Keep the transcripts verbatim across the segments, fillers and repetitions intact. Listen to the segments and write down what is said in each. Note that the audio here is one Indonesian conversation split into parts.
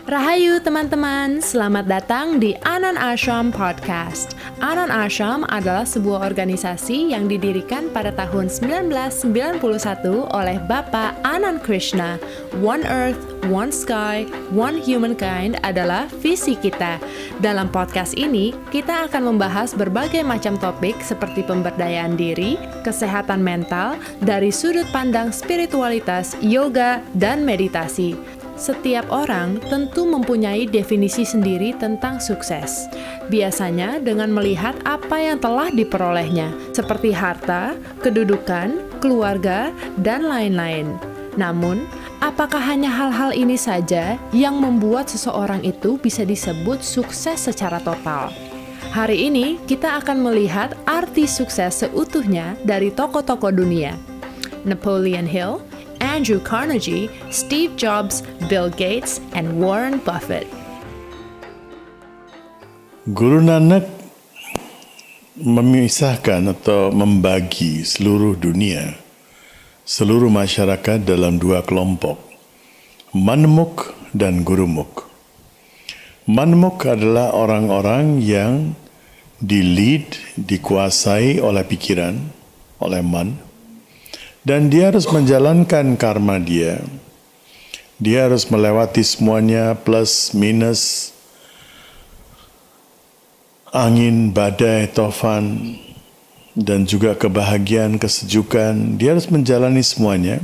Rahayu teman-teman, selamat datang di Anand Ashram Podcast. Anand Ashram adalah sebuah organisasi yang didirikan pada tahun sembilan belas sembilan puluh satu oleh Bapak Anand Krishna. One Earth, One Sky, One Humankind adalah visi kita. Dalam podcast ini, kita akan membahas berbagai macam topik seperti pemberdayaan diri, kesehatan mental, dari sudut pandang spiritualitas, yoga, dan meditasi. Setiap orang tentu mempunyai definisi sendiri tentang sukses. Biasanya dengan melihat apa yang telah diperolehnya, seperti harta, kedudukan, keluarga, dan lain-lain. Namun, apakah hanya hal-hal ini saja yang membuat seseorang itu bisa disebut sukses secara total? Hari ini kita akan melihat arti sukses seutuhnya dari tokoh-tokoh dunia. Napoleon Hill, Andrew Carnegie, Steve Jobs, Bill Gates, and Warren Buffett. Guru Nanak memisahkan atau membagi seluruh dunia, seluruh masyarakat dalam dua kelompok, Manmukh dan Gurumukh. Manmukh adalah orang-orang yang di-lead, dikuasai oleh pikiran, oleh man, dan dia harus menjalankan karma dia. Dia harus melewati semuanya plus minus, angin, badai, tofan, dan juga kebahagiaan, kesejukan. Dia harus menjalani semuanya.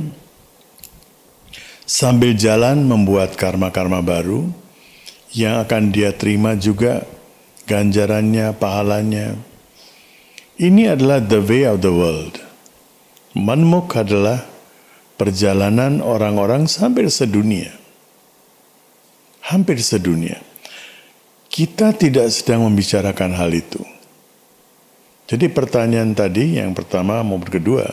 Sambil jalan membuat karma-karma baru yang akan dia terima juga ganjarannya, pahalanya. Ini adalah the way of the world. Manmukh adalah perjalanan orang-orang hampir sedunia. Hampir sedunia. Kita tidak sedang membicarakan hal itu. Jadi pertanyaan tadi, yang pertama maupun kedua,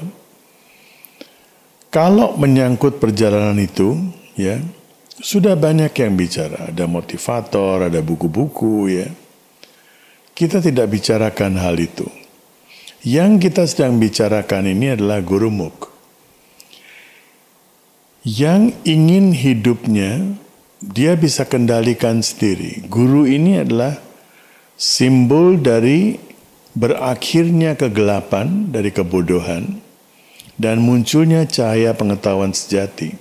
kalau menyangkut perjalanan itu, ya, sudah banyak yang bicara. Ada motivator, ada buku-buku, ya. Kita tidak bicarakan hal itu. Yang kita sedang bicarakan ini adalah Gurumukh. Yang ingin hidupnya, dia bisa kendalikan sendiri. Guru ini adalah simbol dari berakhirnya kegelapan, dari kebodohan, dan munculnya cahaya pengetahuan sejati.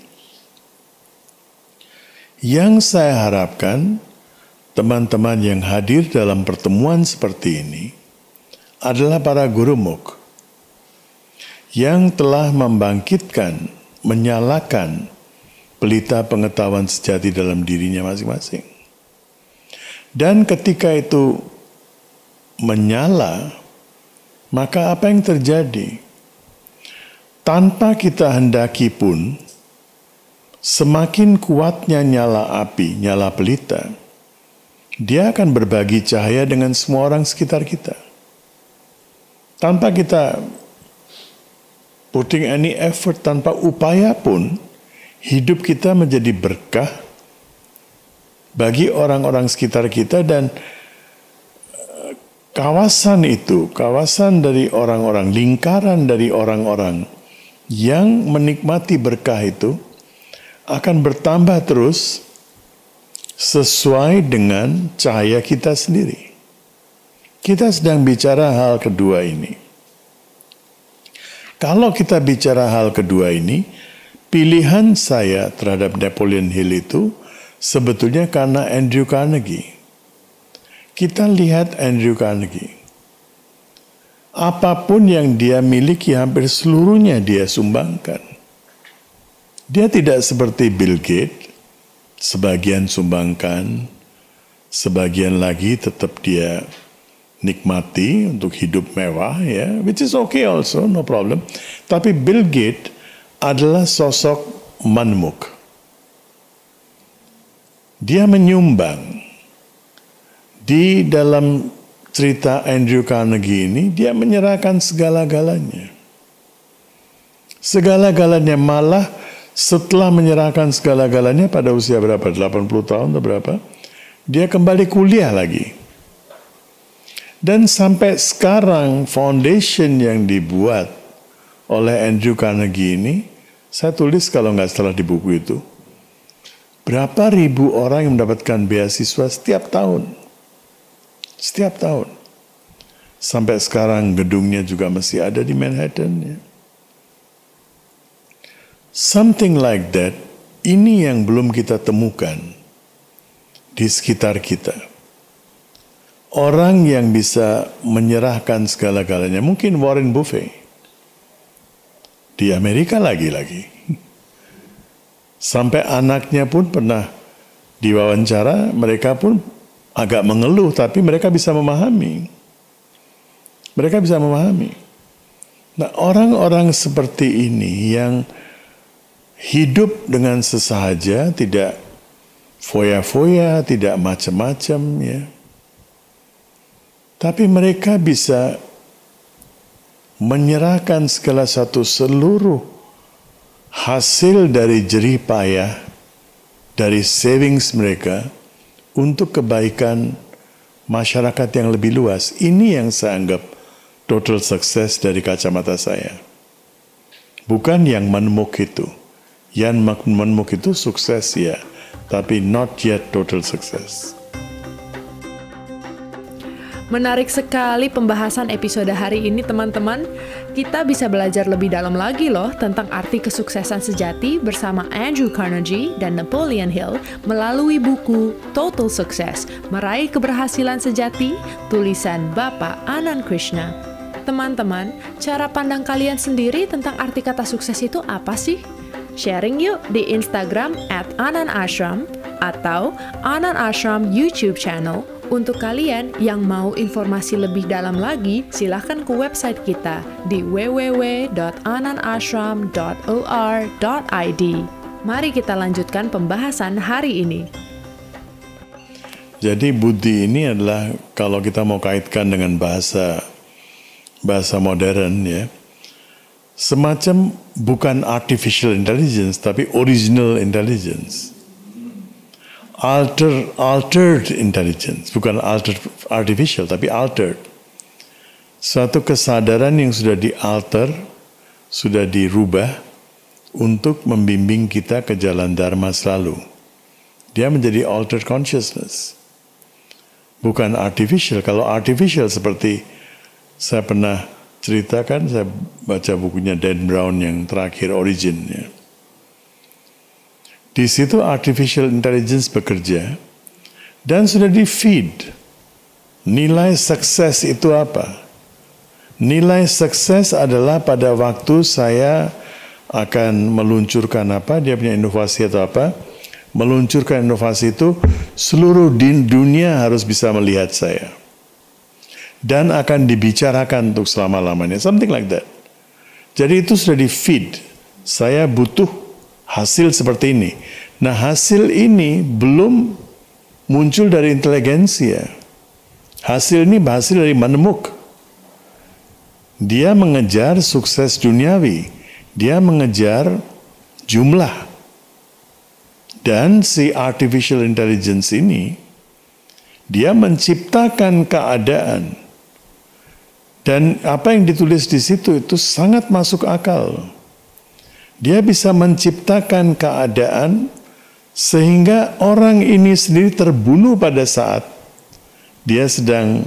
Yang saya harapkan, teman-teman yang hadir dalam pertemuan seperti ini, adalah para Gurumukh yang telah membangkitkan, menyalakan pelita pengetahuan sejati dalam dirinya masing-masing. Dan ketika itu menyala, maka apa yang terjadi? Tanpa kita hendaki pun, semakin kuatnya nyala api, nyala pelita, dia akan berbagi cahaya dengan semua orang sekitar kita. Tanpa kita putting any effort, tanpa upaya pun, hidup kita menjadi berkah bagi orang-orang sekitar kita, dan kawasan itu, kawasan dari orang-orang, lingkaran dari orang-orang yang menikmati berkah itu akan bertambah terus sesuai dengan cahaya kita sendiri. Kita sedang bicara hal kedua ini. Kalau kita bicara hal kedua ini, pilihan saya terhadap Napoleon Hill itu sebetulnya karena Andrew Carnegie. Kita lihat Andrew Carnegie. Apapun yang dia miliki, hampir seluruhnya dia sumbangkan. Dia tidak seperti Bill Gates, sebagian sumbangkan, sebagian lagi tetap dia nikmati untuk hidup mewah, ya, which is okay also, no problem. Tapi Bill Gates adalah sosok Manmukh. Dia menyumbang. Di dalam cerita Andrew Carnegie ini, dia menyerahkan segala-galanya. Segala-galanya, malah setelah menyerahkan segala-galanya pada usia berapa? delapan puluh tahun atau berapa? Dia kembali kuliah lagi. Dan sampai sekarang foundation yang dibuat oleh Andrew Carnegie ini, saya tulis kalau nggak salah di buku itu, Berapa ribu orang yang mendapatkan beasiswa setiap tahun. Setiap tahun. Sampai sekarang gedungnya juga masih ada di Manhattan. Ya. Something like that, ini yang belum kita temukan di sekitar kita. Orang yang bisa menyerahkan segala-galanya, mungkin Warren Buffett. Di Amerika lagi-lagi. Sampai anaknya pun pernah diwawancara, mereka pun agak mengeluh, tapi mereka bisa memahami. Mereka bisa memahami. Nah, orang-orang seperti ini yang hidup dengan sesahaja, tidak foya-foya, tidak macam-macam, ya. Tapi mereka bisa menyerahkan segala satu seluruh hasil dari jerih payah, dari savings mereka, untuk kebaikan masyarakat yang lebih luas. Ini yang saya anggap total success dari kacamata saya. Bukan yang menmuk itu. Yang menmuk itu sukses ya, tapi not yet total success. Menarik sekali pembahasan episode hari ini, teman-teman. Kita bisa belajar lebih dalam lagi loh tentang arti kesuksesan sejati bersama Andrew Carnegie dan Napoleon Hill melalui buku Total Success, Meraih Keberhasilan Sejati, tulisan Bapak Anand Krishna. Teman-teman, cara pandang kalian sendiri tentang arti kata sukses itu apa sih? Sharing yuk di Instagram at Anand Ashram atau Anand Ashram YouTube channel. Untuk kalian yang mau informasi lebih dalam lagi, silahkan ke website kita di w w w dot anand ashram dot o r dot i d. Mari kita lanjutkan pembahasan hari ini. Jadi budi ini adalah, kalau kita mau kaitkan dengan bahasa bahasa modern ya, semacam bukan artificial intelligence tapi original intelligence. Alter, altered intelligence, bukan altered, artificial, tapi altered. Suatu kesadaran yang sudah dialter, sudah dirubah untuk membimbing kita ke jalan dharma selalu. Dia menjadi altered consciousness. Bukan artificial. Kalau artificial seperti saya pernah ceritakan, saya baca bukunya Dan Brown yang terakhir, Origin, ya. Di situ artificial intelligence bekerja dan sudah di-feed. Nilai sukses itu apa? Nilai sukses adalah pada waktu saya akan meluncurkan apa, dia punya inovasi atau apa, meluncurkan inovasi itu, seluruh dunia harus bisa melihat saya. Dan akan dibicarakan untuk selama-lamanya. Something like that. Jadi itu sudah di-feed. Saya butuh hasil seperti ini. Nah, hasil ini belum muncul dari inteligensia. Hasil ini hasil dari menemuk. Dia mengejar sukses duniawi. Dia mengejar jumlah. Dan si artificial intelligence ini, dia menciptakan keadaan. Dan apa yang ditulis di situ itu sangat masuk akal. Dia bisa menciptakan keadaan sehingga orang ini sendiri terbunuh pada saat dia sedang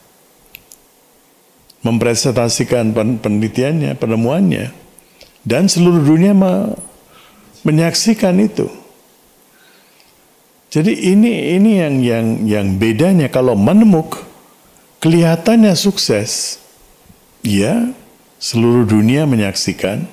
mempresentasikan penelitiannya, penemuannya, dan seluruh dunia menyaksikan itu. Jadi ini ini yang yang yang bedanya. Kalau menemuk kelihatannya sukses, ya seluruh dunia menyaksikan.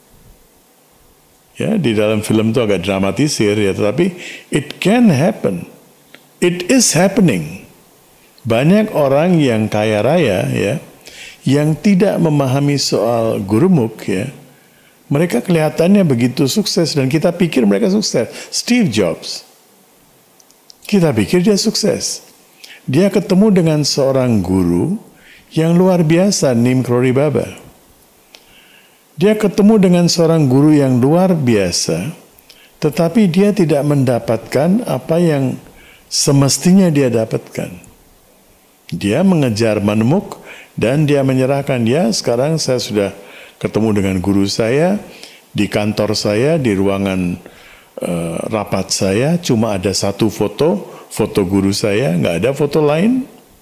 Ya, di dalam film itu agak dramatisir ya, tetapi it can happen. It is happening. Banyak orang yang kaya raya ya, yang tidak memahami soal gurumuk ya, mereka kelihatannya begitu sukses dan kita pikir mereka sukses. Steve Jobs, kita pikir dia sukses. Dia ketemu dengan seorang guru yang luar biasa, Nimkrori Baba. Dia ketemu dengan seorang guru yang luar biasa, tetapi dia tidak mendapatkan apa yang semestinya dia dapatkan. Dia mengejar menemuk dan dia menyerahkan, ya sekarang saya sudah ketemu dengan guru saya, di kantor saya, di ruangan uh, rapat saya cuma ada satu foto, foto guru saya, nggak ada foto lain.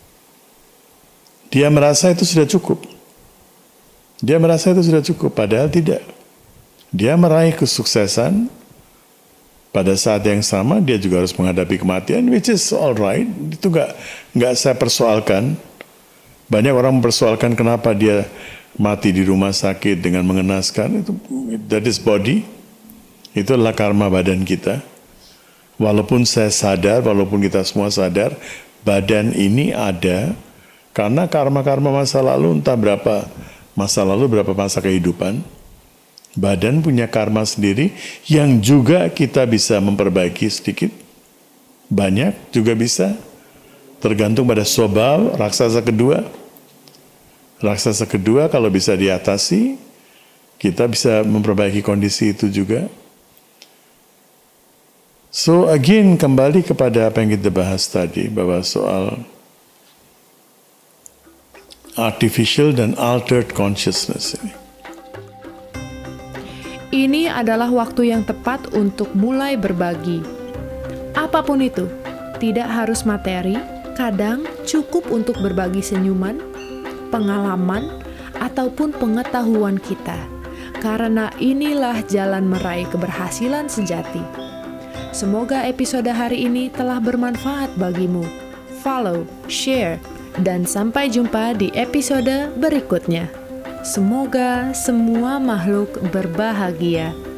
Dia merasa itu sudah cukup. Dia merasa itu sudah cukup, padahal tidak. Dia meraih kesuksesan, pada saat yang sama dia juga harus menghadapi kematian, which is alright. Itu nggak nggak saya persoalkan. Banyak orang mempersoalkan kenapa dia mati di rumah sakit dengan mengenaskan. Itu that is body. Itu adalah karma badan kita. Walaupun saya sadar, walaupun kita semua sadar, badan ini ada karena karma-karma masa lalu, entah berapa masa lalu, berapa masa kehidupan. Badan punya karma sendiri yang juga kita bisa memperbaiki sedikit. Banyak juga bisa. Tergantung pada sobal, raksasa kedua. Raksasa kedua kalau bisa diatasi, kita bisa memperbaiki kondisi itu juga. So again, kembali kepada apa yang kita bahas tadi, bahwa soal artificial dan altered consciousness ini. Ini adalah waktu yang tepat untuk mulai berbagi. Apapun itu, tidak harus materi, kadang cukup untuk berbagi senyuman, pengalaman, ataupun pengetahuan kita. Karena inilah jalan meraih keberhasilan sejati. Semoga episode hari ini telah bermanfaat bagimu. Follow, share, dan sampai jumpa di episode berikutnya. Semoga semua makhluk berbahagia.